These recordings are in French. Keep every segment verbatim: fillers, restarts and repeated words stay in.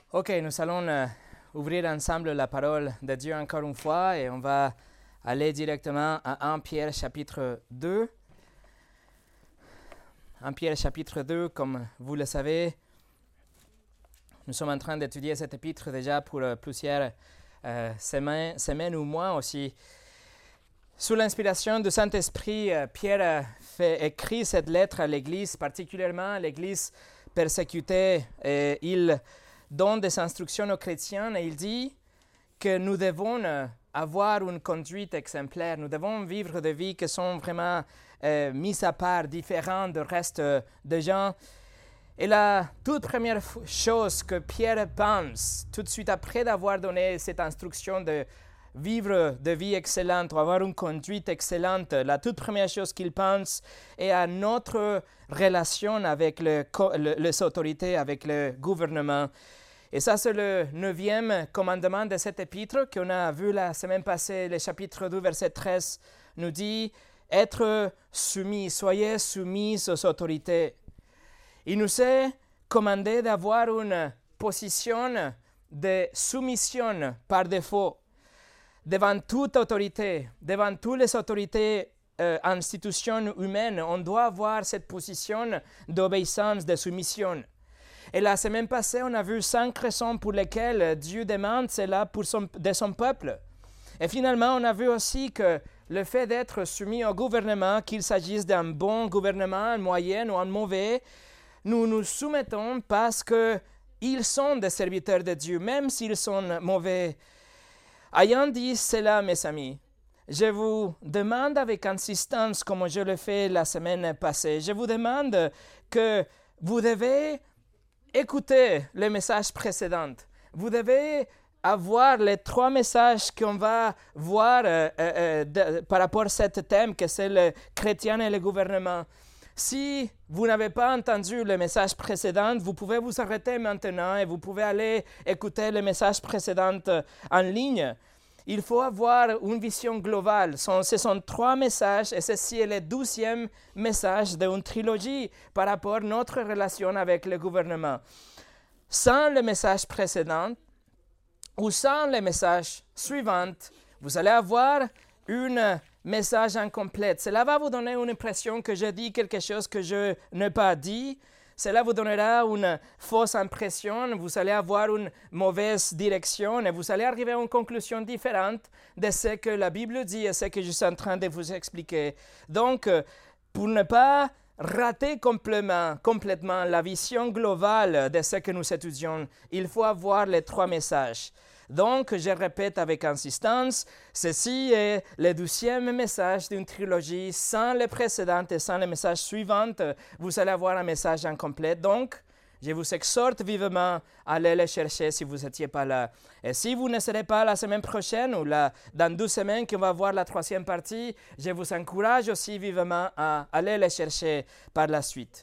Ok, nous allons euh, ouvrir ensemble la parole de Dieu encore une fois et on va aller directement à un Pierre chapitre deux. un Pierre chapitre deux, comme vous le savez, nous sommes en train d'étudier cet épître déjà pour euh, plusieurs euh, semaines, semaines ou mois aussi. Sous l'inspiration du Saint-Esprit, euh, Pierre euh, fait, écrit cette lettre à l'Église, particulièrement à l'Église persécutée, et il donne des instructions aux chrétiens et il dit que nous devons euh, avoir une conduite exemplaire. Nous devons vivre des vies qui sont vraiment euh, mises à part, différentes du reste euh, des gens. Et la toute première f- chose que Pierre pense, tout de suite après d'avoir donné cette instruction de vivre de vie excellente ou avoir une conduite excellente, la toute première chose qu'il pense est à notre relation avec le, le, les autorités, avec le gouvernement. Et ça, c'est le neuvième commandement de cet épître qu'on a vu la semaine passée. Le chapitre deux, verset treize, nous dit « Être soumis, soyez soumis aux autorités ». Il nous est commandé d'avoir une position de soumission par défaut devant toute autorité, devant toutes les autorités, euh, institutions humaines. On doit avoir cette position d'obéissance, de soumission. Et la semaine passée, on a vu cinq raisons pour lesquelles Dieu demande cela pour son, de son peuple. Et finalement, on a vu aussi que le fait d'être soumis au gouvernement, qu'il s'agisse d'un bon gouvernement, un moyen ou un mauvais, nous nous soumettons parce qu'ils sont des serviteurs de Dieu, même s'ils sont mauvais. Ayant dit cela, mes amis, je vous demande avec insistance, comme je le fais la semaine passée, je vous demande que vous devez écoutez le message précédent. Vous devez avoir les trois messages qu'on va voir euh, euh, de, par rapport à ce thème, que c'est le chrétien et le gouvernement. Si vous n'avez pas entendu le message précédent, vous pouvez vous arrêter maintenant et vous pouvez aller écouter le message précédent en ligne. Il faut avoir une vision globale. Ce sont trois messages et ceci est le douzième message d'une trilogie par rapport à notre relation avec le gouvernement. Sans le message précédent ou sans le message suivant, vous allez avoir un message incomplet. Cela va vous donner une impression que je dis quelque chose que je n'ai pas dit. Cela vous donnera une fausse impression, vous allez avoir une mauvaise direction et vous allez arriver à une conclusion différente de ce que la Bible dit et ce que je suis en train de vous expliquer. Donc, pour ne pas rater complètement, complètement la vision globale de ce que nous étudions, il faut avoir les trois messages. Donc, je répète avec insistance, ceci est le douzième message d'une trilogie. Sans le précédent et sans le message suivant, vous allez avoir un message incomplet. Donc, je vous exhorte vivement à aller le chercher si vous n'étiez pas là. Et si vous ne serez pas la semaine prochaine ou la, dans deux semaines qu'on va voir la troisième partie, je vous encourage aussi vivement à aller le chercher par la suite.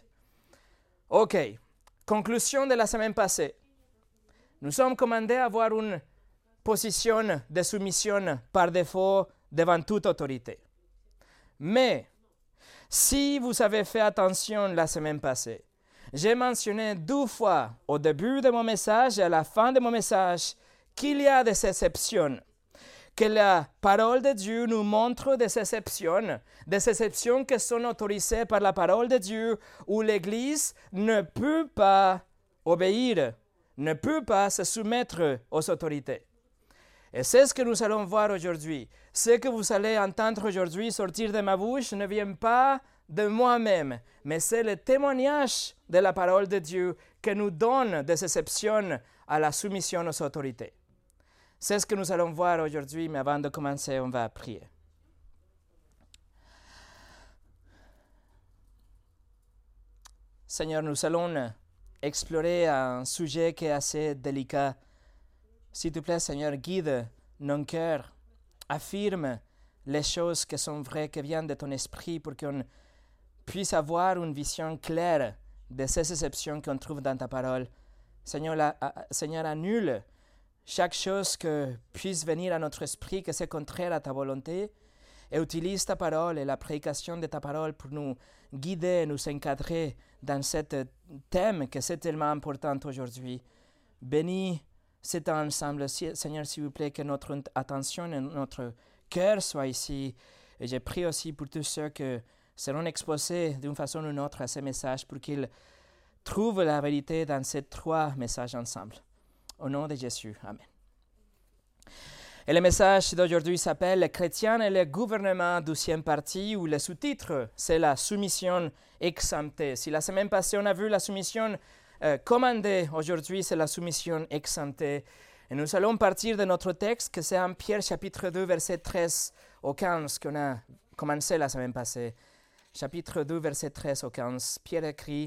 OK. Conclusion de la semaine passée. Nous sommes commandés à avoir une position de soumission par défaut devant toute autorité. Mais, si vous avez fait attention la semaine passée, j'ai mentionné deux fois au début de mon message et à la fin de mon message qu'il y a des exceptions, que la parole de Dieu nous montre des exceptions, des exceptions qui sont autorisées par la parole de Dieu où l'Église ne peut pas obéir, ne peut pas se soumettre aux autorités. Et c'est ce que nous allons voir aujourd'hui. Ce que vous allez entendre aujourd'hui sortir de ma bouche ne vient pas de moi-même, mais c'est le témoignage de la parole de Dieu qui nous donne des exceptions à la soumission aux autorités. C'est ce que nous allons voir aujourd'hui, mais avant de commencer, on va prier. Seigneur, nous allons explorer un sujet qui est assez délicat. S'il te plaît, Seigneur, guide nos cœurs, affirme les choses qui sont vraies, qui viennent de ton esprit, pour qu'on puisse avoir une vision claire de ces exceptions qu'on trouve dans ta parole. Seigneur, la, Seigneur, annule chaque chose qui puisse venir à notre esprit, que c'est contraire à ta volonté, et utilise ta parole et la prédication de ta parole pour nous guider, nous encadrer dans ce thème que c'est tellement important aujourd'hui. bénis cet ensemble. Seigneur, s'il vous plaît, que notre attention et notre cœur soient ici. Et j'ai prié aussi pour tous ceux qui seront exposés d'une façon ou d'une autre à ces messages pour qu'ils trouvent la vérité dans ces trois messages ensemble. Au nom de Jésus. Amen. Et le message d'aujourd'hui s'appelle « Les chrétiens et le gouvernement », deuxième partie, où le sous-titre, c'est la soumission exemptée. Si la semaine passée, on a vu la soumission euh, commandée, aujourd'hui, c'est la soumission exemptée. Et nous allons partir de notre texte, que c'est en Pierre chapitre deux, versets treize au quinze, qu'on a commencé la semaine passée. Chapitre deux, versets treize au quinze. Pierre écrit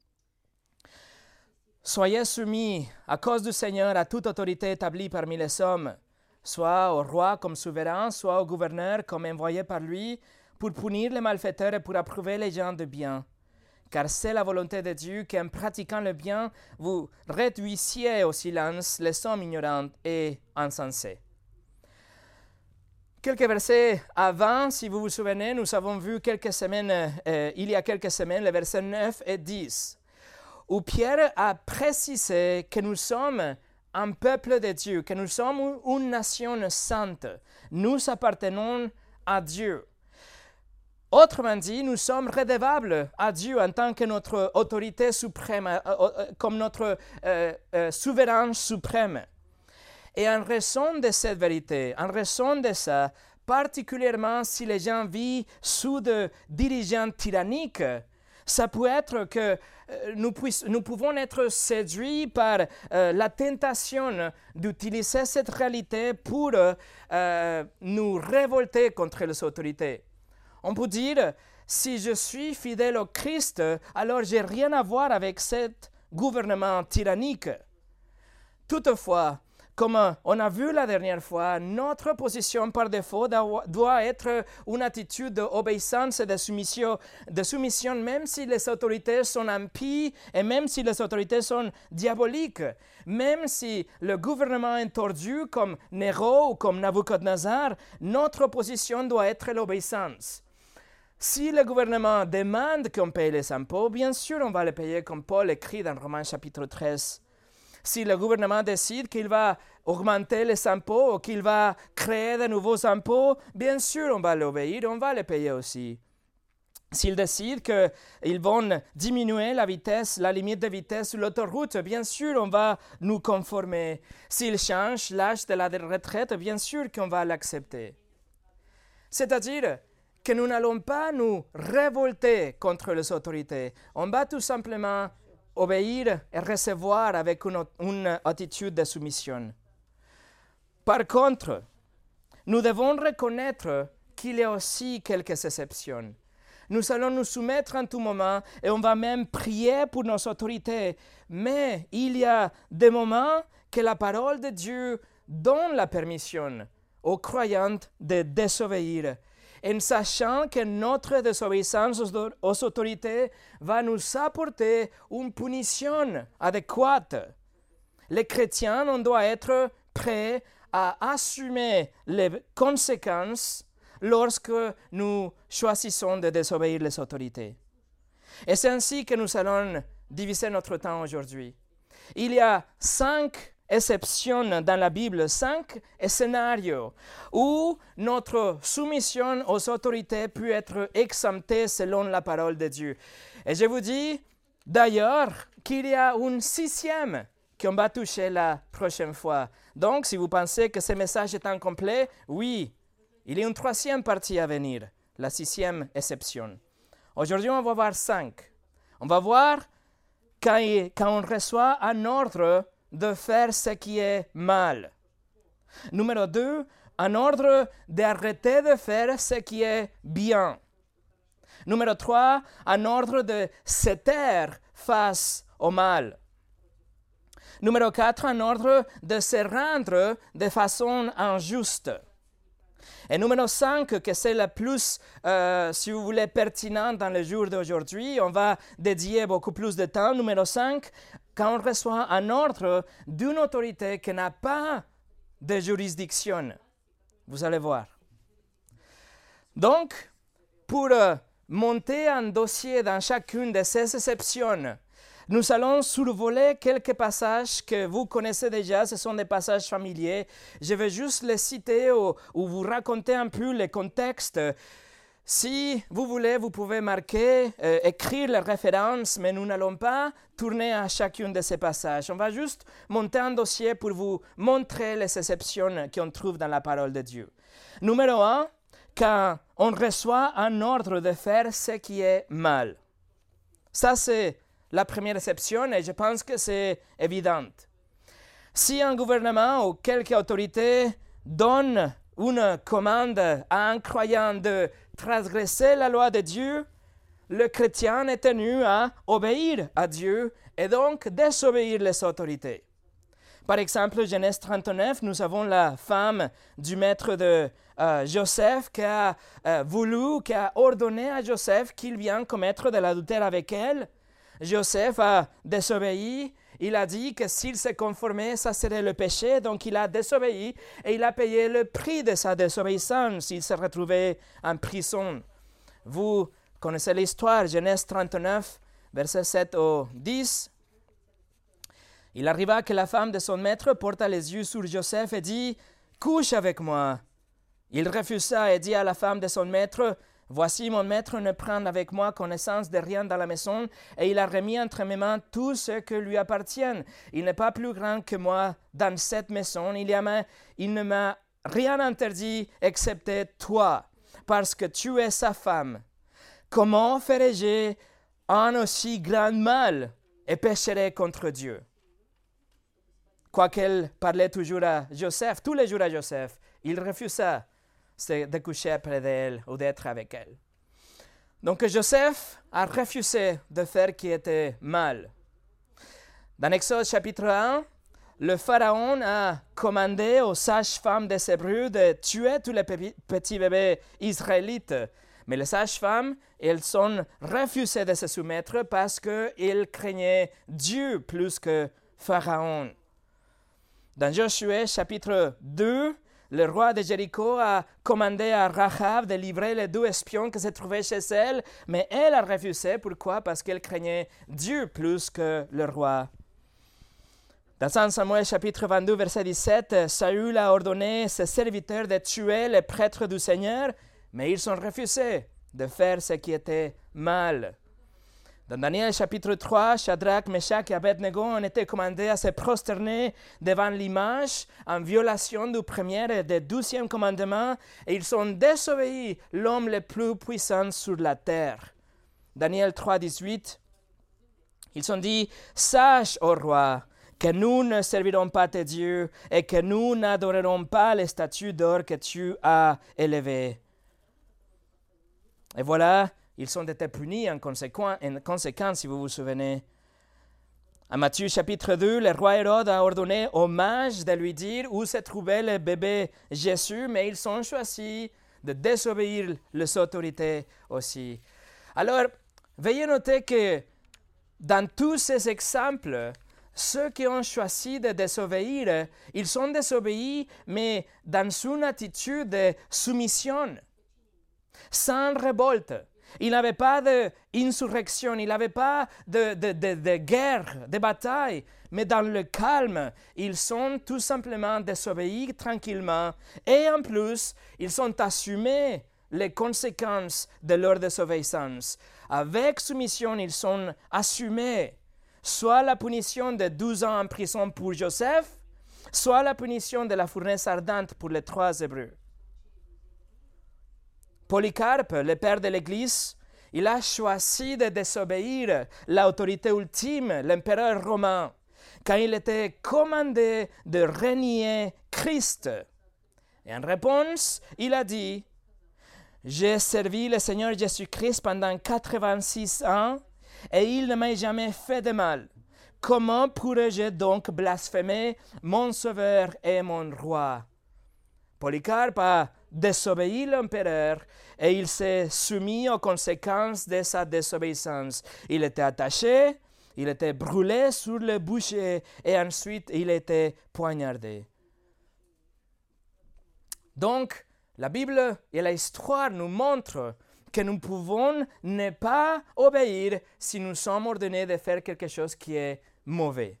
« Soyez soumis, à cause du Seigneur, à toute autorité établie parmi les hommes, soit au roi comme souverain, soit au gouverneur comme envoyé par lui, pour punir les malfaiteurs et pour approuver les gens de bien. Car c'est la volonté de Dieu qu'en pratiquant le bien, vous réduisiez au silence les hommes ignorants et insensés. » Quelques versets avant, si vous vous souvenez, nous avons vu quelques semaines, euh, il y a quelques semaines, les versets neuf et dix, où Pierre a précisé que nous sommes un peuple de Dieu, que nous sommes une nation sainte. Nous appartenons à Dieu. Autrement dit, nous sommes redevables à Dieu en tant que notre autorité suprême, euh, euh, comme notre euh, euh, souverain suprême. Et en raison de cette vérité, en raison de ça, particulièrement si les gens vivent sous des dirigeants tyranniques, ça peut être que euh, nous, puiss- nous pouvons être séduits par euh, la tentation d'utiliser cette réalité pour euh, nous révolter contre les autorités. On peut dire, si je suis fidèle au Christ, alors je n'ai rien à voir avec ce gouvernement tyrannique. Toutefois, comme on a vu la dernière fois, notre position par défaut doit être une attitude d'obéissance et de soumission, de soumission, même si les autorités sont impies et même si les autorités sont diaboliques, même si le gouvernement est tordu comme Néro ou comme Nabucodonosor, notre position doit être l'obéissance. Si le gouvernement demande qu'on paye les impôts, bien sûr on va les payer comme Paul écrit dans Romains chapitre treize. Si le gouvernement décide qu'il va augmenter les impôts ou qu'il va créer de nouveaux impôts, bien sûr, on va l'obéir, on va les payer aussi. S'il décide qu'ils vont diminuer la vitesse, la limite de vitesse sur l'autoroute, bien sûr, on va nous conformer. S'il change l'âge de la retraite, bien sûr qu'on va l'accepter. C'est-à-dire que nous n'allons pas nous révolter contre les autorités. On va tout simplement obéir et recevoir avec une, une attitude de soumission. Par contre, nous devons reconnaître qu'il y a aussi quelques exceptions. Nous allons nous soumettre en tout moment et on va même prier pour nos autorités. Mais il y a des moments que la parole de Dieu donne la permission aux croyants de désobéir, en sachant que notre désobéissance aux autorités va nous apporter une punition adéquate. Les chrétiens, on doit être prêts à assumer les conséquences lorsque nous choisissons de désobéir les autorités. Et c'est ainsi que nous allons diviser notre temps aujourd'hui. Il y a cinq exceptions dans la Bible, cinq scénarios où notre soumission aux autorités peut être exemptée selon la parole de Dieu. Et je vous dis d'ailleurs qu'il y a une sixième qu'on va toucher la prochaine fois. Donc, si vous pensez que ce message est incomplet, oui, il y a une troisième partie à venir, la sixième exception. Aujourd'hui, on va voir cinq. On va voir quand, quand on reçoit un ordre de faire ce qui est mal. Numéro deux, un ordre d'arrêter de faire ce qui est bien. Numéro trois, un ordre de se taire face au mal. Numéro quatre, un ordre de se rendre de façon injuste. Et numéro cinq, que c'est le plus, euh, si vous voulez, pertinent dans le jour d'aujourd'hui, on va dédier beaucoup plus de temps. Numéro cinq, quand on reçoit un ordre d'une autorité qui n'a pas de juridiction. Vous allez voir. Donc, pour euh, monter un dossier dans chacune de ces exceptions, Nous allons survoler quelques passages que vous connaissez déjà, ce sont des passages familiers. Je vais juste les citer ou, ou vous raconter un peu le contexte. Si vous voulez, vous pouvez marquer, euh, écrire les références, mais nous n'allons pas tourner à chacun de ces passages. On va juste monter un dossier pour vous montrer les exceptions qu'on trouve dans la parole de Dieu. Numéro un, quand on reçoit un ordre de faire ce qui est mal. Ça, c'est la première exception et je pense que c'est évident. Si un gouvernement ou quelque autorité donne une commande à un croyant de transgresser la loi de Dieu, le chrétien est tenu à obéir à Dieu et donc désobéir les autorités. Par exemple, Genèse trente-neuf, nous avons la femme du maître de euh, Joseph qui a euh, voulu, qui a ordonné à Joseph qu'il vienne commettre de l'adultère avec elle. Joseph a désobéi. Il a dit que s'il se conformait, ça serait le péché. Donc il a désobéi et il a payé le prix de sa désobéissance. Il s'est retrouvé en prison. Vous connaissez l'histoire, Genèse trente-neuf, versets sept au dix. Il arriva que la femme de son maître porta les yeux sur Joseph et dit « Couche avec moi ». Il refusa et dit à la femme de son maître « Voici, mon maître ne prend avec moi connaissance de rien dans la maison, et il a remis entre mes mains tout ce que lui appartient. Il n'est pas plus grand que moi dans cette maison. Il, y a, il ne m'a rien interdit excepté toi, parce que tu es sa femme. Comment ferais-je un aussi grand mal et pécherais contre Dieu ?» Quoiqu'elle parlait toujours à Joseph, tous les jours à Joseph, il refusa de coucher près d'elle ou d'être avec elle. Donc Joseph a refusé de faire ce qui était mal. Dans Exode chapitre un, le Pharaon a commandé aux sages-femmes des Hébreux de tuer tous les petits bébés israélites. Mais les sages-femmes, elles ont refusé de se soumettre parce qu'elles craignaient Dieu plus que Pharaon. Dans Josué chapitre deux, le roi de Jéricho a commandé à Rahab de livrer les deux espions qui se trouvaient chez elle, mais elle a refusé. Pourquoi? Parce qu'elle craignait Dieu plus que le roi. Dans un Samuel chapitre vingt-deux, verset dix-sept, Saül a ordonné ses serviteurs de tuer les prêtres du Seigneur, mais ils ont refusé de faire ce qui était mal. Dans Daniel chapitre trois, Shadrach, Meshach et Abednego ont été commandés à se prosterner devant l'image en violation du premier et du douzième commandement, et ils ont désobéi l'homme le plus puissant sur la terre. Daniel trois, dix-huit, ils ont dit « Sache, ô roi, que nous ne servirons pas tes dieux et que nous n'adorerons pas les statues d'or que tu as élevées. » Et voilà, ils ont été punis en conséquence, en conséquence, si vous vous souvenez. En Matthieu chapitre deux, le roi Hérode a ordonné aux mages de lui dire où se trouvait le bébé Jésus, mais ils ont choisi de désobéir les autorités aussi. Alors, veuillez noter que dans tous ces exemples, ceux qui ont choisi de désobéir, ils ont désobéi, mais dans une attitude de soumission, sans révolte. Il n'avait pas d'insurrection, il n'avait pas de, de, de, de guerre, de bataille, mais dans le calme, ils sont tout simplement désobéis tranquillement et en plus, ils ont assumé les conséquences de leur désobéissance. Avec soumission, ils ont assumé soit la punition de douze ans en prison pour Joseph, soit la punition de la fournaise ardente pour les trois Hébreux. Polycarpe, le père de l'Église, il a choisi de désobéir l'autorité ultime, l'empereur romain, quand il était commandé de renier Christ. Et en réponse, il a dit « J'ai servi le Seigneur Jésus-Christ pendant quatre-vingt-six ans et il ne m'a jamais fait de mal. Comment pourrais-je donc blasphémer mon Sauveur et mon Roi ?» Polycarpe a désobéi l'empereur et il s'est soumis aux conséquences de sa désobéissance. Il était attaché, il était brûlé sur le bûcher et ensuite il était poignardé. Donc, la Bible et l'histoire nous montrent que nous pouvons ne pas obéir si nous sommes ordonnés de faire quelque chose qui est mauvais.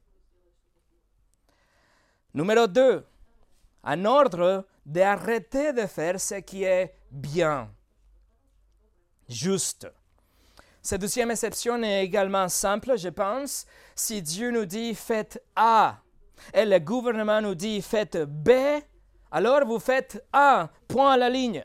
Numéro deux, un ordre d'arrêter de faire ce qui est bien, juste. Cette deuxième exception est également simple, je pense. Si Dieu nous dit « faites A » et le gouvernement nous dit « faites B », alors vous faites A, point à la ligne.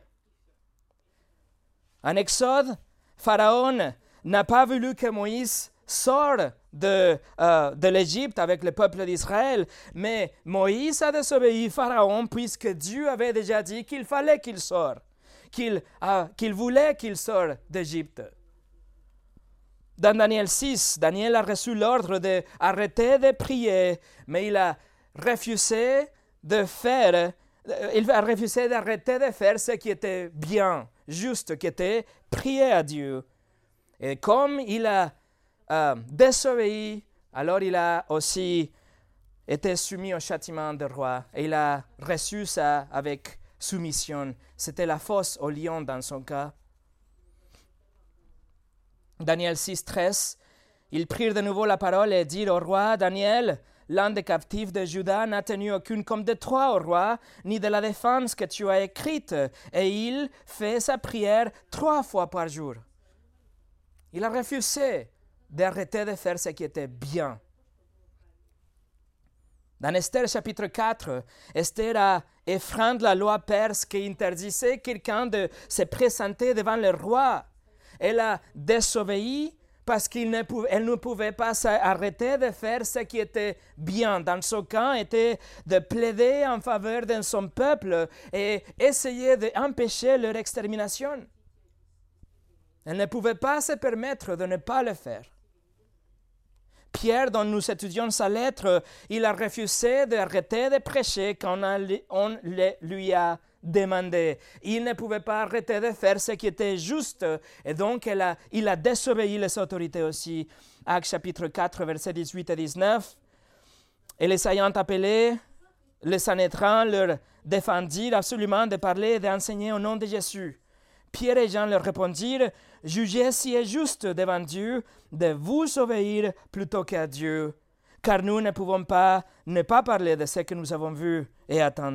En Exode, Pharaon n'a pas voulu que Moïse sorte de, euh, de l'Égypte avec le peuple d'Israël, mais Moïse a désobéi Pharaon puisque Dieu avait déjà dit qu'il fallait qu'il sorte, qu'il, euh, qu'il voulait qu'il sorte d'Égypte. Dans Daniel six, Daniel a reçu l'ordre d'arrêter de prier, mais il a refusé de faire, il a refusé d'arrêter de faire ce qui était bien, juste, qui était prier à Dieu. Et comme il a euh, désobéi, alors il a aussi été soumis au châtiment du roi. Et il a reçu ça avec soumission. C'était la fosse au lion dans son cas. Daniel six, treize, ils prirent de nouveau la parole et dirent au roi, Daniel, l'un des captifs de Juda n'a tenu aucune compte de toi, au roi, ni de la défense que tu as écrite, et il fait sa prière trois fois par jour. Il a refusé d'arrêter de faire ce qui était bien. Dans Esther chapitre quatre, Esther a enfreint la loi perse qui interdisait quelqu'un de se présenter devant le roi. Elle a désobéi parce qu'elle ne, pouvait, ne pouvait pas arrêter de faire ce qui était bien. Dans son cas, était de plaider en faveur de son peuple et essayer d'empêcher leur extermination. Elle ne pouvait pas se permettre de ne pas le faire. Pierre, dont nous étudions sa lettre, il a refusé d'arrêter de prêcher quand on lui a demandé. Il ne pouvait pas arrêter de faire ce qui était juste, et donc il a, il a désobéi les autorités aussi. Actes chapitre quatre, versets dix-huit et dix-neuf. Et les ayant appelés, les Sanhédrin leur défendirent absolument de parler et d'enseigner au nom de Jésus. Pierre et Jean leur répondirent, « Jugez si est juste devant Dieu de vous obéir plutôt qu'à Dieu, car nous ne pouvons pas ne pas parler de ce que nous avons vu et attendu. »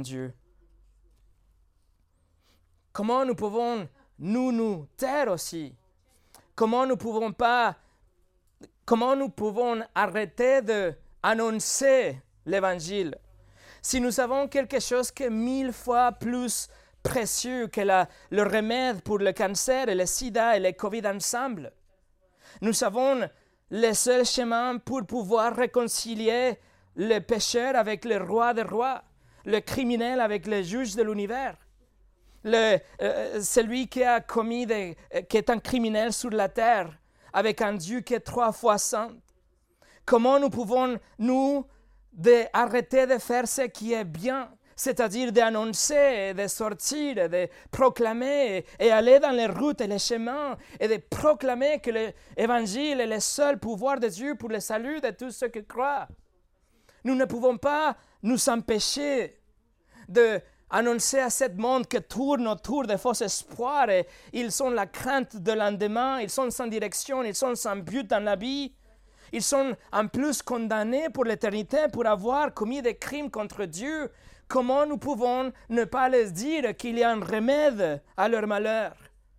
Comment nous pouvons nous nous taire aussi? Comment nous pouvons pas, comment nous pouvons arrêter d'annoncer l'Évangile? Si nous avons quelque chose qui est mille fois plus précieux que la, le remède pour le cancer et le sida et le Covid ensemble, nous avons le seul chemin pour pouvoir réconcilier le pécheur avec le roi des rois, le criminel avec le juge de l'univers. Le, euh, celui qui a commis des, euh, qui est un criminel sur la terre avec un Dieu qui est trois fois saint. Comment nous pouvons nous de arrêter de faire ce qui est bien, c'est-à-dire d'annoncer, de sortir, de proclamer et aller dans les routes et les chemins et de proclamer que l'Évangile est le seul pouvoir de Dieu pour le salut de tous ceux qui croient. Nous ne pouvons pas nous empêcher de annoncer à ce monde que tourne autour de faux espoirs et ils sont la crainte de lendemain, ils sont sans direction, ils sont sans but dans la vie. Ils sont en plus condamnés pour l'éternité pour avoir commis des crimes contre Dieu. Comment nous pouvons ne pas leur dire qu'il y a un remède à leur malheur?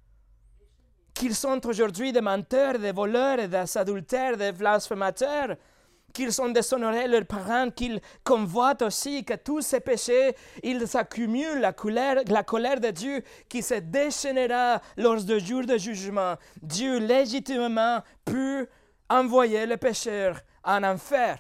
Qu'ils sont aujourd'hui des menteurs, des voleurs, des adultères, des blasphémateurs, qu'ils ont déshonoré leurs parents, qu'ils convoitent aussi que tous ces péchés, ils accumulent la colère, la colère de Dieu qui se déchaînera lors du jour de jugement. Dieu légitimement peut envoyer les pécheurs en enfer.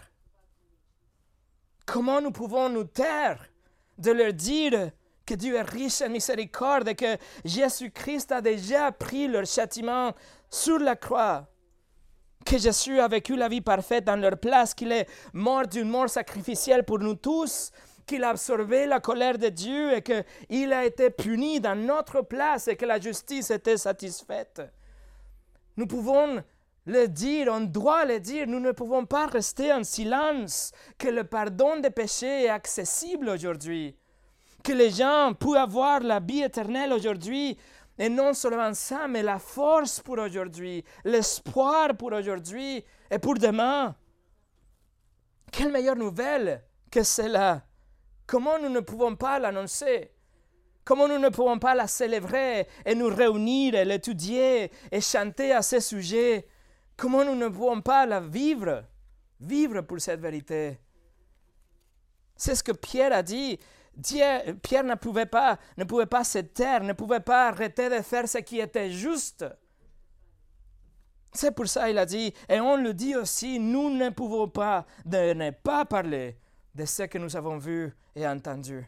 Comment nous pouvons nous taire de leur dire que Dieu est riche en miséricorde et que Jésus-Christ a déjà pris leur châtiment sur la croix? Que Jésus a vécu la vie parfaite dans leur place, qu'il est mort d'une mort sacrificielle pour nous tous, qu'il a absorbé la colère de Dieu et qu'il a été puni dans notre place et que la justice était satisfaite. Nous pouvons le dire, on doit le dire, nous ne pouvons pas rester en silence, que le pardon des péchés est accessible aujourd'hui, que les gens peuvent avoir la vie éternelle aujourd'hui Et non seulement ça, mais la force pour aujourd'hui, l'espoir pour aujourd'hui et pour demain. Quelle meilleure nouvelle que celle-là! Comment nous ne pouvons pas l'annoncer? Comment nous ne pouvons pas la célébrer et nous réunir et l'étudier et chanter à ce sujet? Comment nous ne pouvons pas la vivre? Vivre pour cette vérité. C'est ce que Pierre a dit. Dieu, Pierre ne pouvait pas, ne pouvait pas se taire, ne pouvait pas arrêter de faire ce qui était juste. C'est pour ça qu'il a dit, et on le dit aussi, nous ne pouvons pas de ne pas parler de ce que nous avons vu et entendu.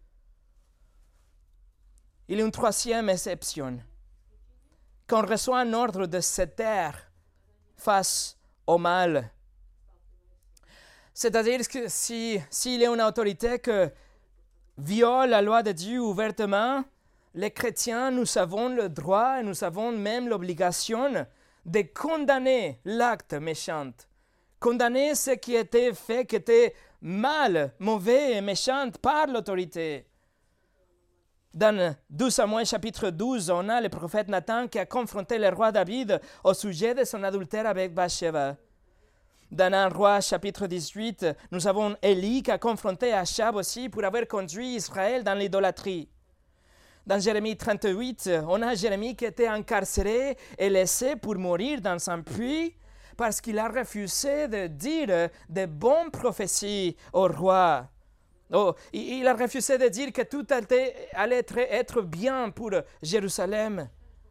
Il y a une troisième exception. Qu'on reçoit un ordre de se taire face au mal. C'est-à-dire que si, s'il y a une autorité qui viole la loi de Dieu ouvertement, les chrétiens, nous avons le droit et nous avons même l'obligation de condamner l'acte méchant. Condamner ce qui était fait, qui était mal, mauvais et méchant par l'autorité. Dans deux Samuel chapitre douze, on a le prophète Nathan qui a confronté le roi David au sujet de son adultère avec Bathsheba. Dans un roi chapitre dix-huit, nous avons Élie qui a confronté Achab aussi pour avoir conduit Israël dans l'idolâtrie. Dans Jérémie trente-huit, on a Jérémie qui était incarcéré et laissé pour mourir dans un puits parce qu'il a refusé de dire de bonnes prophéties au roi. Oh, il a refusé de dire que tout allait être, être bien pour Jérusalem.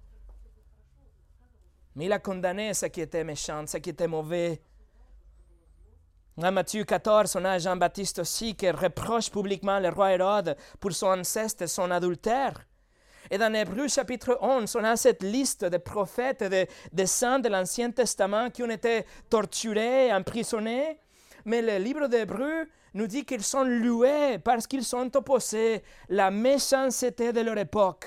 Mais il a condamné ce qui était méchant, ce qui était mauvais. Dans Matthieu quatorze, on a Jean-Baptiste aussi qui reproche publiquement le roi Hérode pour son inceste et son adultère. Et dans Hébreux chapitre onze, on a cette liste de prophètes et de, de saints de l'Ancien Testament qui ont été torturés, emprisonnés. Mais le livre d'Hébreux nous dit qu'ils sont loués parce qu'ils ont opposé la méchanceté de leur époque.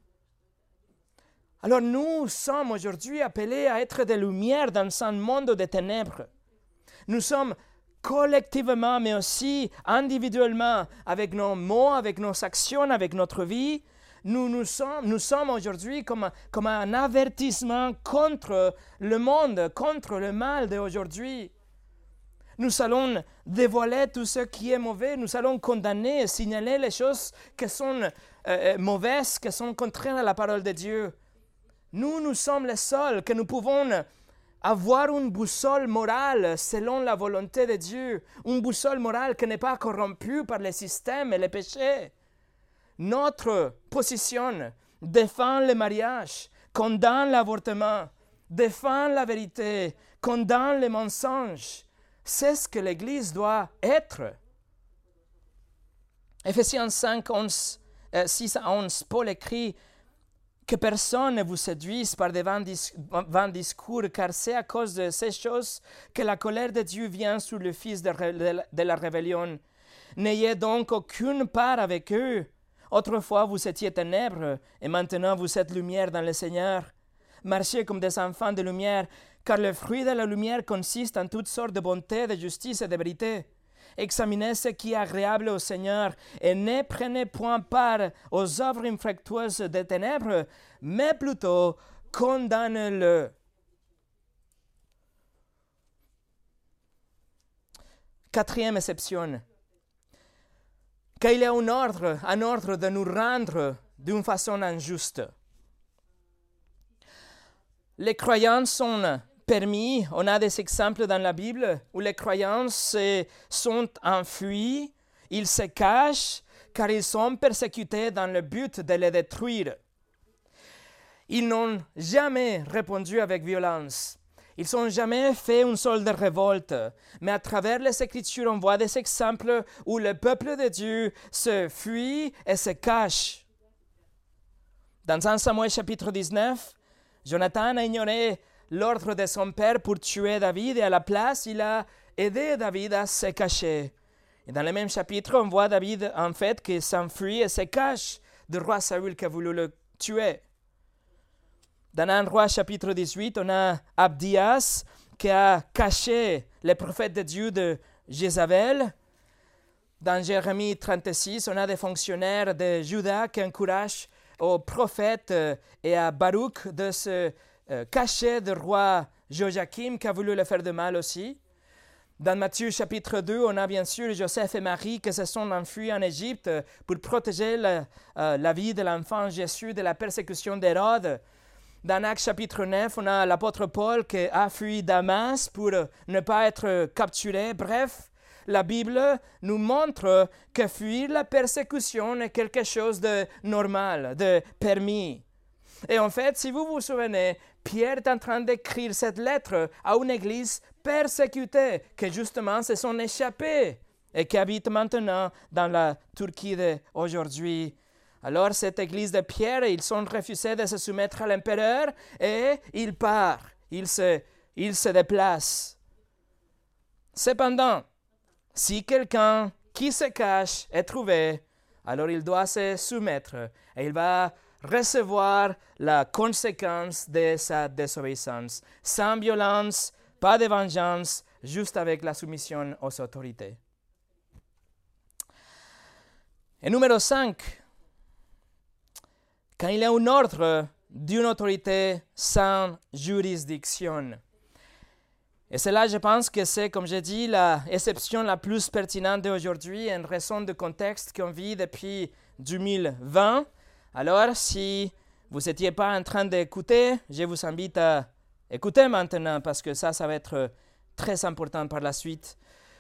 Alors nous sommes aujourd'hui appelés à être des lumières dans un monde de ténèbres. Nous sommes collectivement, mais aussi individuellement, avec nos mots, avec nos actions, avec notre vie, nous, nous sommes, nous sommes aujourd'hui comme, comme un avertissement contre le monde, contre le mal d'aujourd'hui. Nous allons dévoiler tout ce qui est mauvais, nous allons condamner et signaler les choses qui sont euh, mauvaises, qui sont contraires à la parole de Dieu. Nous, nous sommes les seuls que nous pouvons avoir une boussole morale selon la volonté de Dieu, une boussole morale qui n'est pas corrompue par les systèmes et les péchés. Notre position défend le mariage, condamne l'avortement, défend la vérité, condamne les mensonges. C'est ce que l'Église doit être. Éphésiens cinq, onze, euh, six à onze, Paul écrit que personne ne vous séduise par des vains, dis- vains discours, car c'est à cause de ces choses que la colère de Dieu vient sur le fils de, ré- de, la, de la rébellion. N'ayez donc aucune part avec eux. Autrefois vous étiez ténèbres, et maintenant vous êtes lumière dans le Seigneur. Marchez comme des enfants de lumière, car le fruit de la lumière consiste en toutes sortes de bonté, de justice et de vérité. Examinez ce qui est agréable au Seigneur et ne prenez point part aux œuvres infructueuses des ténèbres, mais plutôt condamnez-le. Quatrième exception. Qu'il y a un ordre, un ordre de nous rendre d'une façon injuste. Les croyants sont permis, on a des exemples dans la Bible où les croyants sont enfuis, ils se cachent car ils sont persécutés dans le but de les détruire. Ils n'ont jamais répondu avec violence. Ils n'ont jamais fait une seule révolte. Mais à travers les Écritures, on voit des exemples où le peuple de Dieu se fuit et se cache. Dans un Samuel chapitre dix-neuf, Jonathan a ignoré l'ordre de son père pour tuer David et à la place, il a aidé David à se cacher. Et dans le même chapitre, on voit David en fait qui s'enfuit et se cache du roi Saül qui a voulu le tuer. Dans un roi chapitre dix-huit, on a Abdias qui a caché les prophètes de Dieu de Jézabel. Dans Jérémie trente-six, on a des fonctionnaires de Juda qui encouragent aux prophètes euh, et à Baruch de se euh, cacher du roi Joachim qui a voulu le faire de mal aussi. Dans Matthieu chapitre deux, on a bien sûr Joseph et Marie qui se sont enfuis en Égypte pour protéger la, euh, la vie de l'enfant Jésus de la persécution d'Hérode. Dans Actes chapitre neuf, on a l'apôtre Paul qui a fui Damas pour ne pas être capturé. Bref, la Bible nous montre que fuir la persécution est quelque chose de normal, de permis. Et en fait, si vous vous souvenez, Pierre est en train d'écrire cette lettre à une église persécutée qui justement se sont échappés et qui habite maintenant dans la Turquie d'aujourd'hui. Alors, cette église de Pierre, ils sont refusés de se soumettre à l'empereur et il part, il se, il se déplace. Cependant, si quelqu'un qui se cache est trouvé, alors il doit se soumettre et il va recevoir la conséquence de sa désobéissance, sans violence, pas de vengeance, juste avec la soumission aux autorités. Et numéro cinq, quand il y a un ordre d'une autorité sans juridiction. Et cela, je pense que c'est, comme j'ai dit, la exception la plus pertinente d'aujourd'hui, en raison du contexte qu'on vit depuis deux mille vingt. Alors, si vous n'étiez pas en train d'écouter, je vous invite à écouter maintenant, parce que ça, ça va être très important par la suite.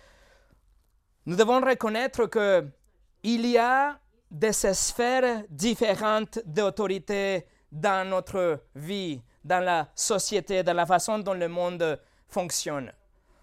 Nous devons reconnaître qu'il y a des sphères différentes d'autorité dans notre vie, dans la société, dans la façon dont le monde fonctionne.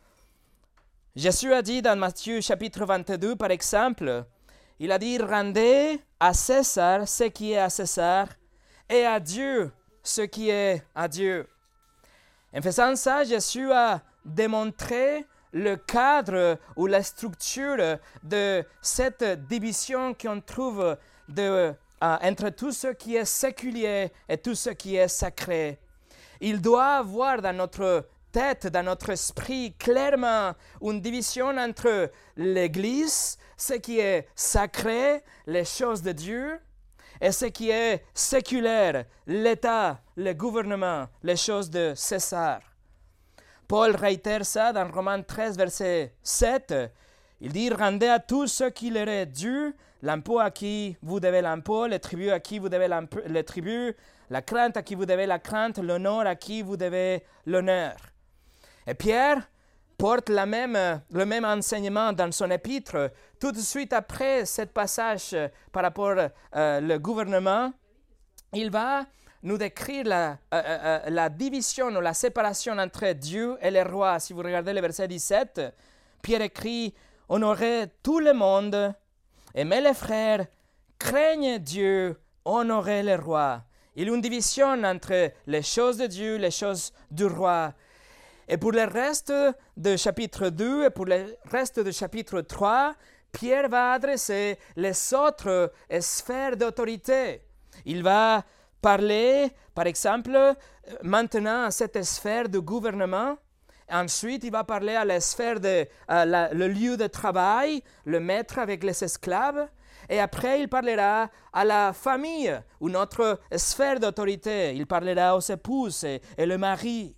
Jésus a dit dans Matthieu chapitre vingt-deux, par exemple, il a dit « Rendez à César ce qui est à César et à Dieu ce qui est à Dieu. » En faisant ça, Jésus a démontré le cadre ou la structure de cette division qu'on trouve de, euh, entre tout ce qui est séculier et tout ce qui est sacré. Il doit avoir dans notre tête, dans notre esprit, clairement une division entre l'Église, ce qui est sacré, les choses de Dieu, et ce qui est séculaire, l'État, le gouvernement, les choses de César. Paul réitère ça dans Romains treize, verset sept. Il dit « Rendez à tous ceux qui leur est dû, l'impôt à qui vous devez l'impôt, le tribut à qui vous devez le tribut, la crainte à qui vous devez la crainte, l'honneur à qui vous devez l'honneur. » Et Pierre porte la même, le même enseignement dans son épître. Tout de suite après ce passage par rapport au gouvernement, il va nous décrire la, euh, euh, la division ou la séparation entre Dieu et les rois. Si vous regardez le verset dix-sept, Pierre écrit « Honorez tout le monde, aimez les frères, craignez Dieu, honorez les rois. » Il y a une division entre les choses de Dieu et les choses du roi. Et pour le reste du chapitre deux et pour le reste du chapitre trois, Pierre va adresser les autres sphères d'autorité. Il va parler, par exemple, maintenant à cette sphère du gouvernement. Ensuite, il va parler à la sphère de euh, la, le lieu de travail, le maître avec les esclaves. Et après, il parlera à la famille, une autre sphère d'autorité. Il parlera aux épouses et, et le mari.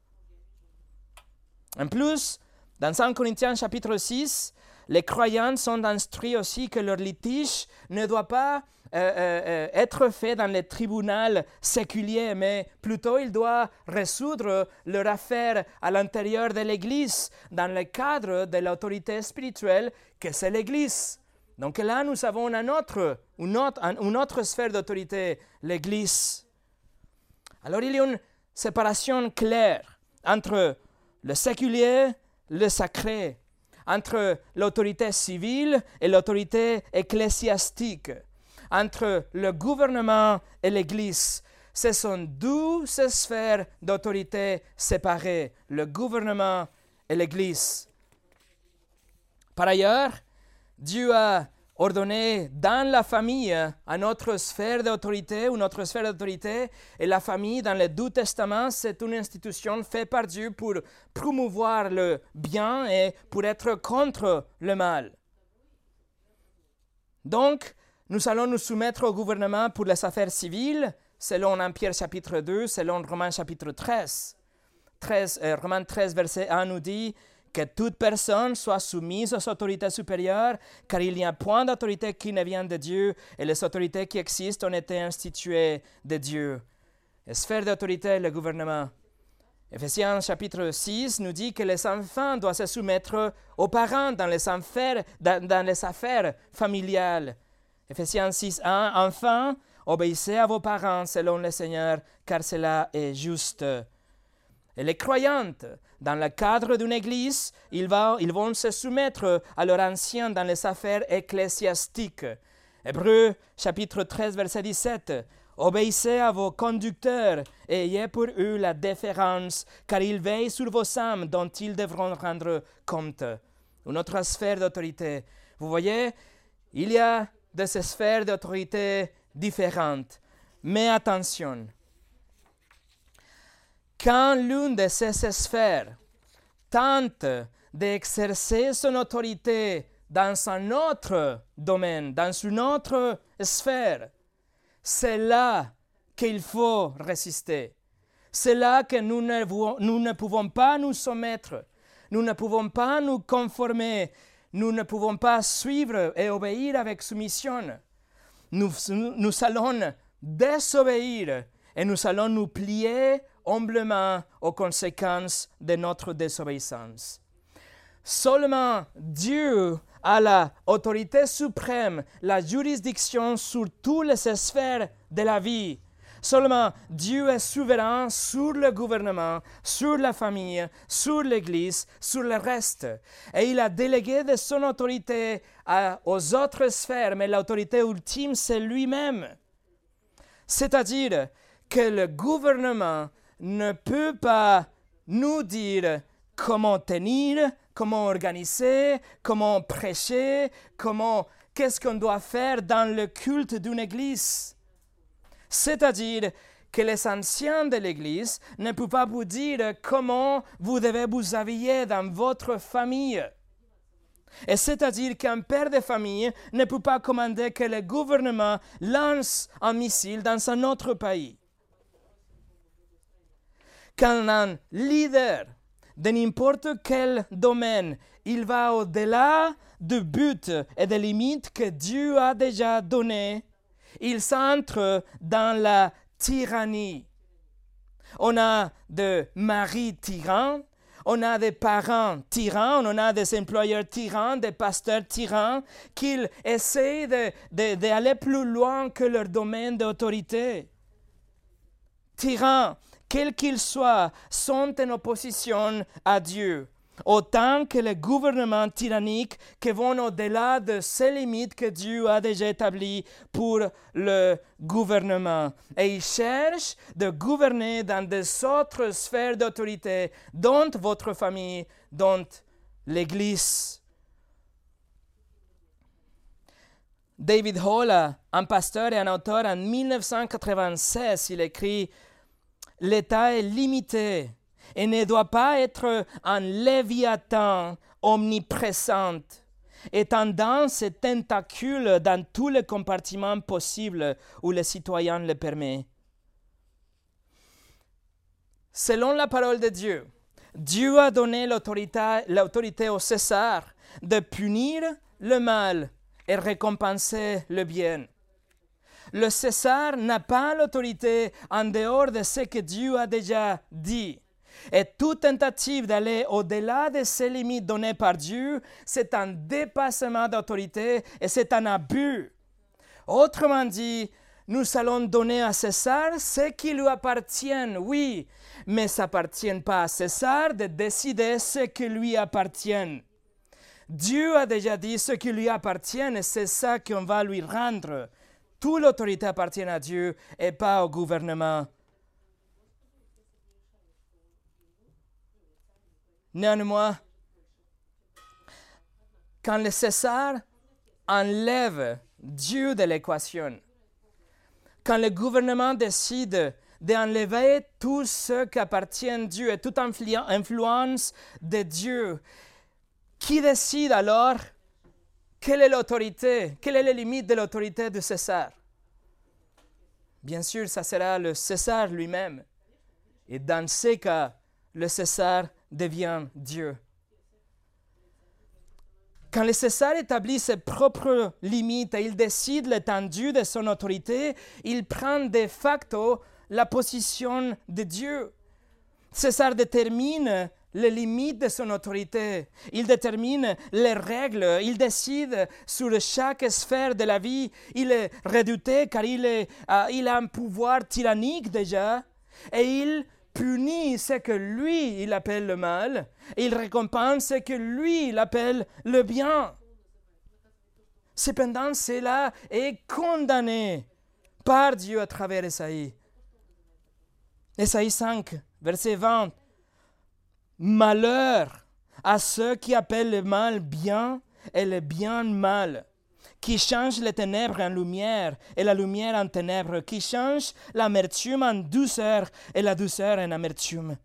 En plus, dans Premier Corinthiens chapitre six, les croyants sont instruits aussi que leur litige ne doit pas euh, euh, être fait dans les tribunaux séculiers, mais plutôt il doit résoudre leur affaire à l'intérieur de l'Église, dans le cadre de l'autorité spirituelle que c'est l'Église. Donc là, nous avons une autre, une autre, une autre sphère d'autorité, l'Église. Alors il y a une séparation claire entre le séculier, le sacré, entre l'autorité civile et l'autorité ecclésiastique, entre le gouvernement et l'Église. Ce sont deux sphères d'autorité séparées, le gouvernement et l'Église. Par ailleurs, Dieu a ordonné dans la famille une autre sphère d'autorité, une autre sphère d'autorité, et la famille dans les deux testaments, c'est une institution faite par Dieu pour promouvoir le bien et pour être contre le mal. Donc, nous allons nous soumettre au gouvernement pour les affaires civiles, selon un Pierre chapitre deux, selon Romains chapitre treize. treize euh, Romains treize, verset un nous dit que toute personne soit soumise aux autorités supérieures, car il n'y a point d'autorité qui ne vient de Dieu, et les autorités qui existent ont été instituées de Dieu. La sphère d'autorité, le gouvernement. Éphésiens chapitre six nous dit que les enfants doivent se soumettre aux parents dans les affaires, dans, dans les affaires familiales. Éphésiens six, un, enfants, obéissez à vos parents selon le Seigneur, car cela est juste. Et les croyantes, dans le cadre d'une église, ils, va, ils vont se soumettre à leurs anciens dans les affaires ecclésiastiques. Hébreux, chapitre treize, verset dix-sept. Obéissez à vos conducteurs et ayez pour eux la déférence, car ils veillent sur vos âmes dont ils devront rendre compte. Une autre sphère d'autorité. Vous voyez, il y a de ces sphères d'autorité différentes. Mais attention, quand l'une de ces sphères tente d'exercer son autorité dans un autre domaine, dans une autre sphère, c'est là qu'il faut résister. C'est là que nous ne, nous ne pouvons pas nous soumettre. Nous ne pouvons pas nous conformer. Nous ne pouvons pas suivre et obéir avec soumission. Nous, nous allons désobéir et nous allons nous plier humblement aux conséquences de notre désobéissance. Seulement Dieu a l'autorité suprême, la juridiction sur toutes les sphères de la vie. Seulement Dieu est souverain sur le gouvernement, sur la famille, sur l'Église, sur le reste. Et il a délégué de son autorité à, aux autres sphères, mais l'autorité ultime, c'est lui-même. C'est-à-dire que le gouvernement ne peut pas nous dire comment tenir, comment organiser, comment prêcher, comment, qu'est-ce qu'on doit faire dans le culte d'une église. C'est-à-dire que les anciens de l'église ne peuvent pas vous dire comment vous devez vous habiller dans votre famille. Et c'est-à-dire qu'un père de famille ne peut pas commander que le gouvernement lance un missile dans un autre pays. Quand un leader de n'importe quel domaine, il va au-delà du but et des limites que Dieu a déjà données, il s'entre dans la tyrannie. On a des maris tyrans, on a des parents tyrans, on a des employeurs tyrans, des pasteurs tyrans, qui essaient de, de, d'aller plus loin que leur domaine d'autorité. Tyrans, quels qu'ils soient, sont en opposition à Dieu, autant que les gouvernements tyranniques qui vont au-delà de ces limites que Dieu a déjà établies pour le gouvernement. Et ils cherchent de gouverner dans des autres sphères d'autorité, dont votre famille, dont l'Église. David Hall, un pasteur et un auteur, en dix-neuf cent quatre-vingt-seize, il écrit « L'État est limité et ne doit pas être un léviathan omniprésent, étendant ses tentacules dans tous les compartiments possibles où le citoyen le permet. » Selon la parole de Dieu, Dieu a donné l'autorité, l'autorité au César de punir le mal et récompenser le bien. Le César n'a pas l'autorité en dehors de ce que Dieu a déjà dit. Et toute tentative d'aller au-delà de ces limites données par Dieu, c'est un dépassement d'autorité et c'est un abus. Autrement dit, nous allons donner à César ce qui lui appartient, oui, mais ça n'appartient pas à César de décider ce qui lui appartient. Dieu a déjà dit ce qui lui appartient et c'est ça qu'on va lui rendre. Toute l'autorité appartient à Dieu et pas au gouvernement. Néanmoins, quand le César enlève Dieu de l'équation, quand le gouvernement décide d'enlever tout ce qui appartient à Dieu et toute influence de Dieu, qui décide alors quelle est l'autorité? Quelle est la limite de l'autorité de César? Bien sûr, ça sera le César lui-même. Et dans ces cas, le César devient Dieu. Quand le César établit ses propres limites et il décide l'étendue de son autorité, il prend de facto la position de Dieu. César détermine les limites de son autorité. Il détermine les règles. Il décide sur chaque sphère de la vie. Il est redouté car il, est, euh, il a un pouvoir tyrannique déjà. Et il punit ce que lui, il appelle le mal. Et il récompense ce que lui, il appelle le bien. Cependant, cela est condamné par Dieu à travers Ésaïe. Ésaïe cinq, verset vingt. Malheur à ceux qui appellent le mal bien et le bien mal, qui changent les ténèbres en lumière et la lumière en ténèbres, qui changent l'amertume en douceur et la douceur en amertume.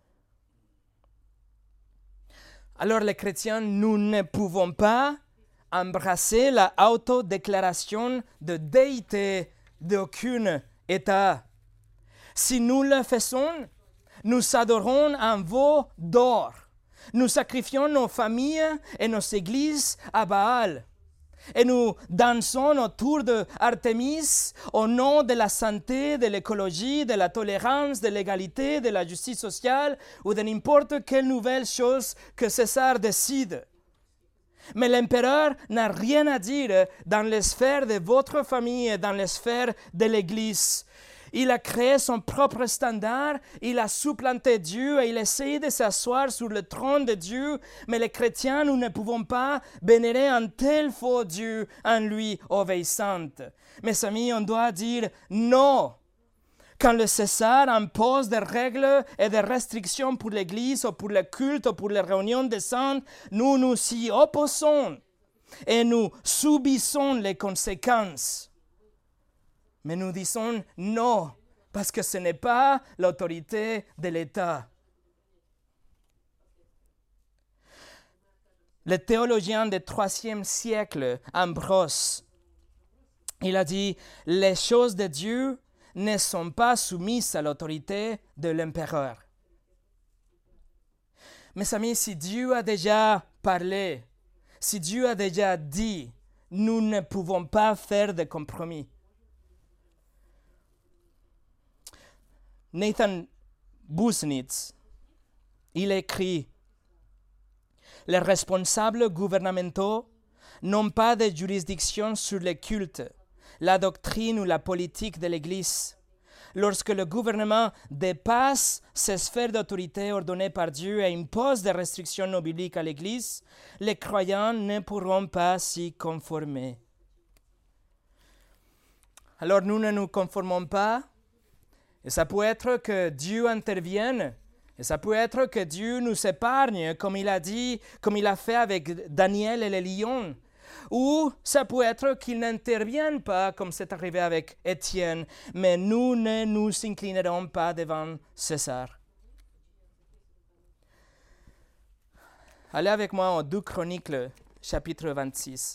Alors les chrétiens, nous ne pouvons pas embrasser la autodéclaration de déité d'aucun État. Si nous le faisons, nous adorons un veau d'or. Nous sacrifions nos familles et nos églises à Baal. Et nous dansons autour d'Artémis au nom de la santé, de l'écologie, de la tolérance, de l'égalité, de la justice sociale ou de n'importe quelle nouvelle chose que César décide. Mais l'empereur n'a rien à dire dans les sphères de votre famille et dans les sphères de l'Église. Il a créé son propre standard, il a supplanté Dieu et il essaie de s'asseoir sur le trône de Dieu. Mais les chrétiens, nous ne pouvons pas vénérer un tel faux Dieu en lui obéissant. Mes amis, on doit dire non. Quand le César impose des règles et des restrictions pour l'Église ou pour le culte ou pour les réunions des saints, nous nous y opposons et nous subissons les conséquences. Mais nous disons non, parce que ce n'est pas l'autorité de l'État. Le théologien du troisième siècle, Ambrose, il a dit « Les choses de Dieu ne sont pas soumises à l'autorité de l'empereur. » Mes amis, si Dieu a déjà parlé, si Dieu a déjà dit, nous ne pouvons pas faire de compromis. Nathan Busnitz, il écrit « Les responsables gouvernementaux n'ont pas de juridiction sur le culte, la doctrine ou la politique de l'Église. Lorsque le gouvernement dépasse ces sphères d'autorité ordonnées par Dieu et impose des restrictions non bibliques à l'Église, les croyants ne pourront pas s'y conformer. » Alors nous ne nous conformons pas. Et ça peut être que Dieu intervienne, et ça peut être que Dieu nous épargne, comme il a dit, comme il a fait avec Daniel et les lions. Ou ça peut être qu'il n'intervienne pas, comme c'est arrivé avec Étienne, mais nous ne nous inclinerons pas devant César. Allez avec moi en deux Chroniques, chapitre vingt-six.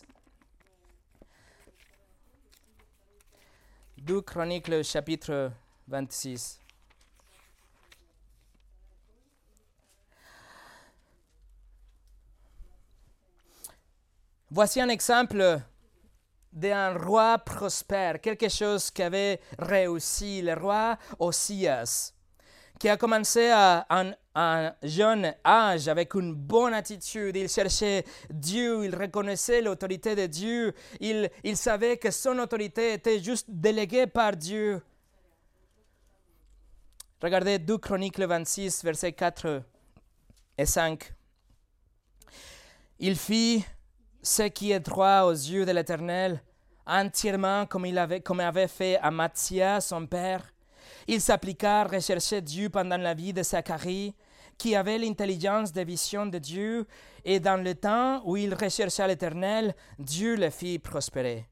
deux Chroniques, chapitre vingt-six. Voici un exemple d'un roi prospère, quelque chose qui avait réussi, le roi Osias, qui a commencé à un, un jeune âge avec une bonne attitude. Il cherchait Dieu, il reconnaissait l'autorité de Dieu, il, il savait que son autorité était juste déléguée par Dieu. Regardez deux Chroniques vingt-six, versets quatre et cinq. Il fit ce qui est droit aux yeux de l'Éternel, entièrement comme il avait, comme avait fait Amathia, son père. Il s'appliqua à rechercher Dieu pendant la vie de Zacharie, qui avait l'intelligence des visions de Dieu, et dans le temps où il rechercha l'Éternel, Dieu le fit prospérer.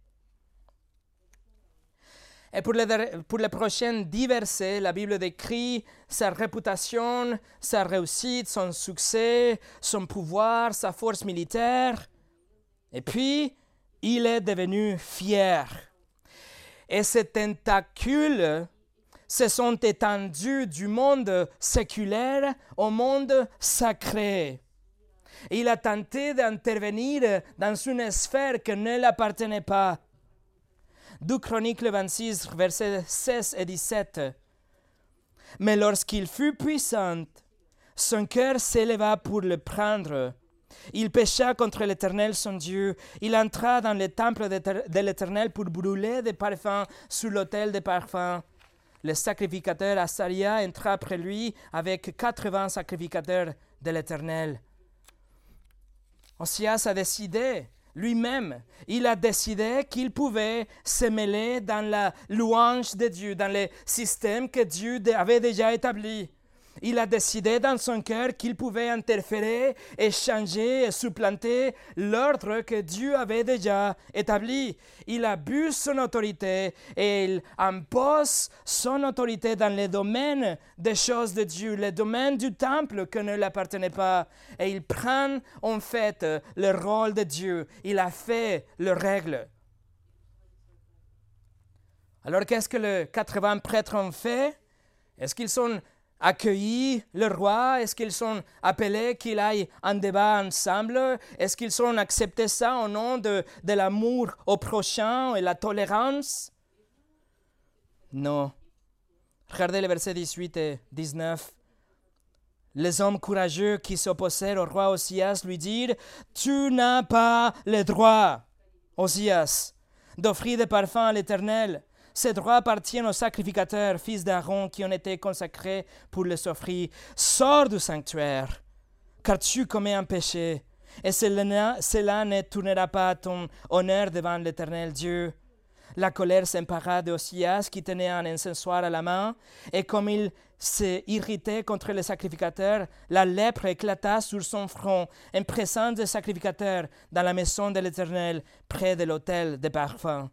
Et pour les, pour les prochains dix versets, la Bible décrit sa réputation, sa réussite, son succès, son pouvoir, sa force militaire. Et puis, il est devenu fier. Et ces tentacules se sont étendus du monde séculaire au monde sacré. Il a tenté d'intervenir dans une sphère qui ne l'appartenait pas. deux Chroniques vingt-six, versets seize et dix-sept. Mais lorsqu'il fut puissant, son cœur s'éleva pour le prendre. Il pécha contre l'Éternel son Dieu. Il entra dans le temple de l'Éternel pour brûler des parfums sur l'autel des parfums. Le sacrificateur Asaria entra après lui avec quatre-vingts sacrificateurs de l'Éternel. Osias a décidé, lui-même, il a décidé qu'il pouvait se mêler dans la louange de Dieu, dans le système que Dieu avait déjà établi. Il a décidé dans son cœur qu'il pouvait interférer et changer et supplanter l'ordre que Dieu avait déjà établi. Il abuse son autorité et il impose son autorité dans les domaines des choses de Dieu, les domaines du temple qui ne l'appartenait pas. Et il prend en fait le rôle de Dieu. Il a fait les règles. Alors qu'est-ce que les quatre-vingts prêtres ont fait? Est-ce qu'ils sont accueilli le roi? Est-ce qu'ils sont appelés qu'il aille en débat ensemble? Est-ce qu'ils ont accepté ça au nom de, de l'amour au prochain et la tolérance? Non. Regardez les versets dix-huit et dix-neuf. Les hommes courageux qui s'opposèrent au roi Osias lui dirent « Tu n'as pas le droit, Osias, d'offrir des parfums à l'Éternel. Ces droits appartiennent aux sacrificateurs, fils d'Aaron, qui ont été consacrés pour les offrir. Sors du sanctuaire, car tu commets un péché, et cela, cela ne tournera pas à ton honneur devant l'Éternel Dieu. » La colère s'empara d'Osias, qui tenait un encensoir à la main, et comme il s'irritait contre les sacrificateurs, la lèpre éclata sur son front, en présence des sacrificateurs, dans la maison de l'Éternel, près de l'autel des parfums.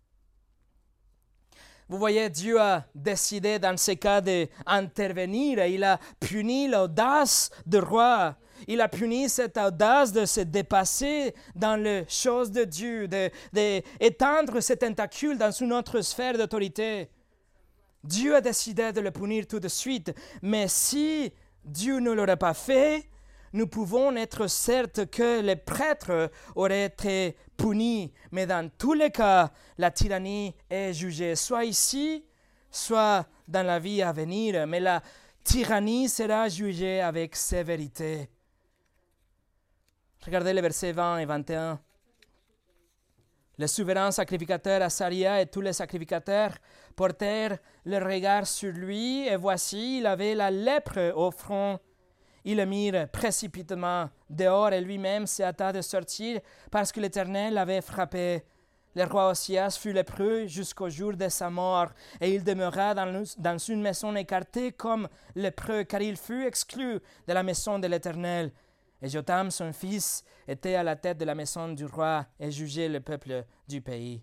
Vous voyez, Dieu a décidé dans ce cas d'intervenir. Il a puni l'audace du roi. Il a puni cette audace de se dépasser dans les choses de Dieu, d'étendre de, ses tentacules dans une autre sphère d'autorité. Dieu a décidé de le punir tout de suite. Mais si Dieu ne l'aurait pas fait, nous pouvons être certes que les prêtres auraient été punis. Mais dans tous les cas, la tyrannie est jugée, soit ici, soit dans la vie à venir. Mais la tyrannie sera jugée avec sévérité. Regardez les versets vingt et vingt et un. Le souverain sacrificateur Asaria et tous les sacrificateurs portèrent le regard sur lui, et voici, il avait la lèpre au front. Ils le mirent précipitamment dehors et lui-même se hâta de sortir parce que l'Éternel l'avait frappé. Le roi Osias fut lépreux jusqu'au jour de sa mort, et il demeura dans, dans une maison écartée comme lépreux, car il fut exclu de la maison de l'Éternel. Et Jotam, son fils, était à la tête de la maison du roi et jugeait le peuple du pays.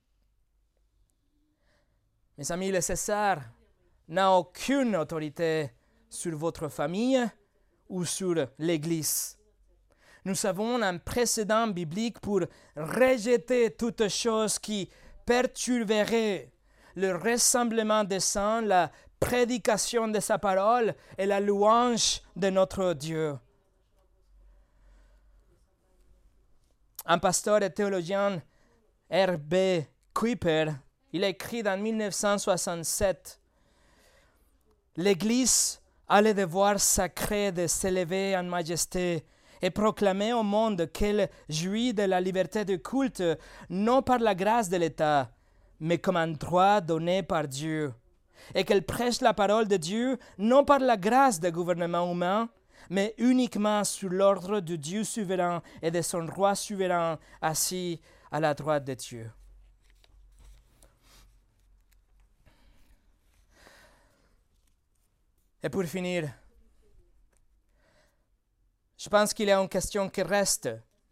Mes amis, le César n'a aucune autorité sur votre famille ou sur l'Église. Nous avons un précédent biblique pour rejeter toute chose qui perturberait le rassemblement des saints, la prédication de sa parole et la louange de notre Dieu. Un pasteur et théologien, R B Kuyper, il a écrit en dix-neuf cent soixante-sept « L'Église a le devoir sacré de s'élever en majesté et proclamer au monde qu'elle jouit de la liberté de culte, non par la grâce de l'État, mais comme un droit donné par Dieu, et qu'elle prêche la parole de Dieu, non par la grâce du gouvernement humain, mais uniquement sous l'ordre du Dieu souverain et de son roi souverain assis à la droite de Dieu. » Et pour finir, je pense qu'il y a une question qui reste.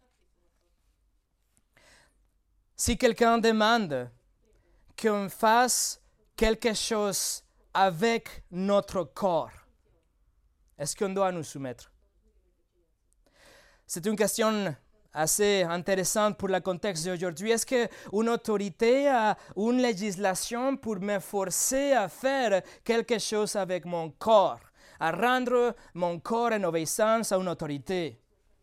Si quelqu'un demande qu'on fasse quelque chose avec notre corps, est-ce qu'on doit nous soumettre? C'est une question assez intéressante pour le contexte d'aujourd'hui. Est-ce qu'une autorité a une législation pour me forcer à faire quelque chose avec mon corps, à rendre mon corps en obéissance à une autorité?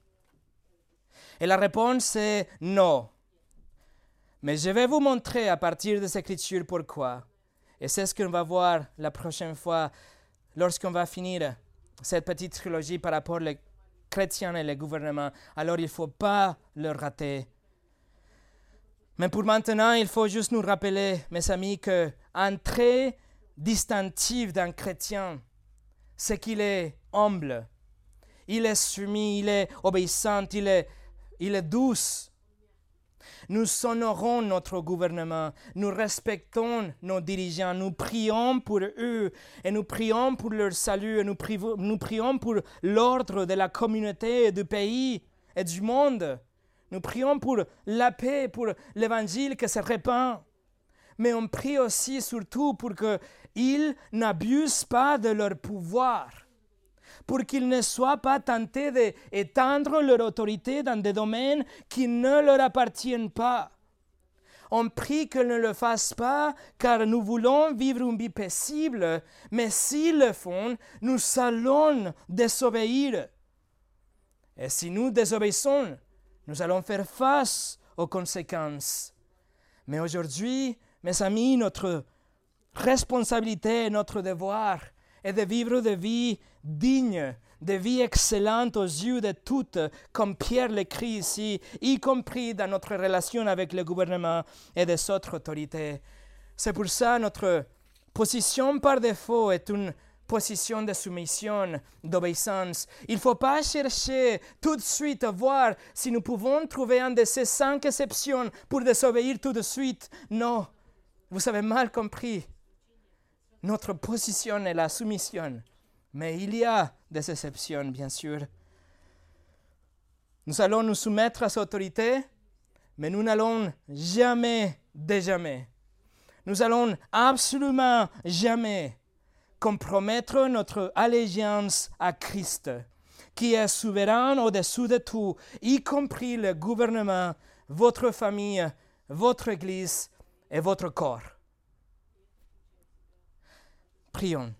Et la réponse est non. Mais je vais vous montrer à partir de ces Écritures pourquoi. Et c'est ce qu'on va voir la prochaine fois lorsqu'on va finir cette petite trilogie par rapport aux chrétiens et le gouvernement. Alors il ne faut pas le rater. Mais pour maintenant, il faut juste nous rappeler, mes amis, qu'un trait distinctif d'un chrétien, c'est qu'il est humble, il est soumis, il est obéissant, il est, il est douce. Nous honorons notre gouvernement, nous respectons nos dirigeants, nous prions pour eux et nous prions pour leur salut et nous, pri- nous prions pour l'ordre de la communauté et du pays et du monde. Nous prions pour la paix, pour l'évangile qui se répand. Mais on prie aussi surtout pour qu'ils n'abusent pas de leur pouvoir, pour qu'ils ne soient pas tentés d'étendre leur autorité dans des domaines qui ne leur appartiennent pas. On prie qu'ils ne le fassent pas, car nous voulons vivre une vie paisible, mais s'ils le font, nous allons désobéir. Et si nous désobéissons, nous allons faire face aux conséquences. Mais aujourd'hui, mes amis, notre responsabilité, notre devoir est de vivre des vies dignes, des vies excellentes aux yeux de toutes, comme Pierre l'écrit ici, y compris dans notre relation avec le gouvernement et des autres autorités. C'est pour ça que notre position par défaut est une position de soumission, d'obéissance. Il ne faut pas chercher tout de suite à voir si nous pouvons trouver un de ces cinq exceptions pour désobéir tout de suite. Non, vous avez mal compris. Notre position est la soumission. Mais il y a des exceptions, bien sûr. Nous allons nous soumettre à cette autorité, mais nous n'allons jamais, de jamais, nous allons absolument jamais compromettre notre allégeance à Christ, qui est souverain au-dessus de tout, y compris le gouvernement, votre famille, votre Église et votre corps. Prions.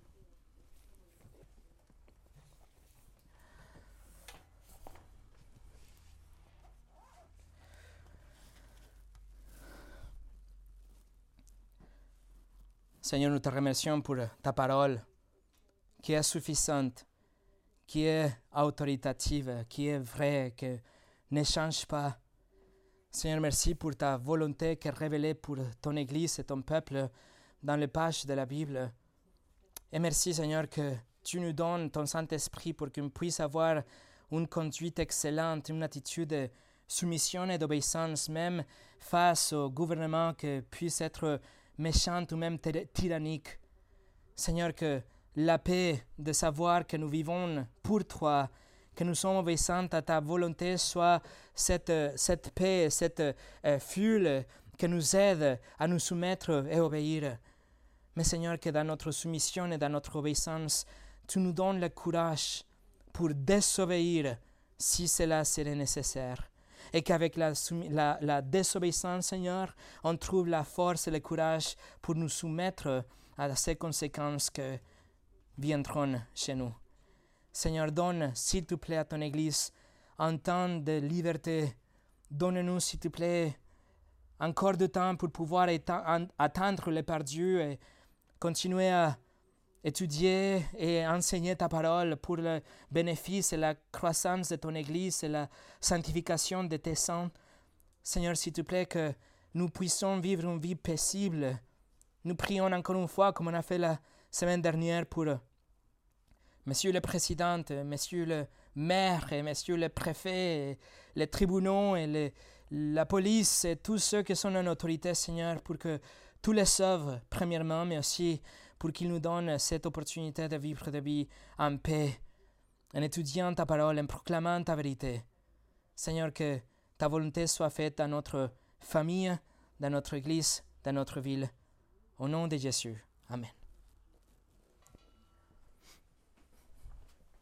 Seigneur, nous te remercions pour ta parole qui est suffisante, qui est autoritative, qui est vraie, qui ne change pas. Seigneur, merci pour ta volonté qui est révélée pour ton Église et ton peuple dans les pages de la Bible. Et merci, Seigneur, que tu nous donnes ton Saint-Esprit pour qu'on puisse avoir une conduite excellente, une attitude de soumission et d'obéissance, même face au gouvernement qui puisse être méchante ou même tyrannique. Seigneur, que la paix de savoir que nous vivons pour toi, que nous sommes obéissants à ta volonté, soit cette, cette paix, cette euh, fuel qui nous aide à nous soumettre et obéir. Mais Seigneur, que dans notre soumission et dans notre obéissance, tu nous donnes le courage pour désobéir si cela serait nécessaire. Et qu'avec la, la, la désobéissance, Seigneur, on trouve la force et le courage pour nous soumettre à ces conséquences que viendront chez nous. Seigneur, donne, s'il te plaît, à ton Église un temps de liberté. Donne-nous, s'il te plaît, encore de temps pour pouvoir éta- attendre le perdu et continuer à étudier et enseigner ta parole pour le bénéfice et la croissance de ton Église et la sanctification de tes saints. Seigneur, s'il te plaît, que nous puissions vivre une vie paisible. Nous prions encore une fois, comme on a fait la semaine dernière, pour Monsieur le Président, Monsieur le Maire, et Monsieur le Préfet, et les tribunaux et les, la police et tous ceux qui sont en autorité, Seigneur, pour que tous les sauvent, premièrement, mais aussi pour qu'ils nous donnent cette opportunité de vivre de vie en paix, en étudiant ta parole, en proclamant ta vérité. Seigneur, que ta volonté soit faite dans notre famille, dans notre Église, dans notre ville. Au nom de Jésus. Amen.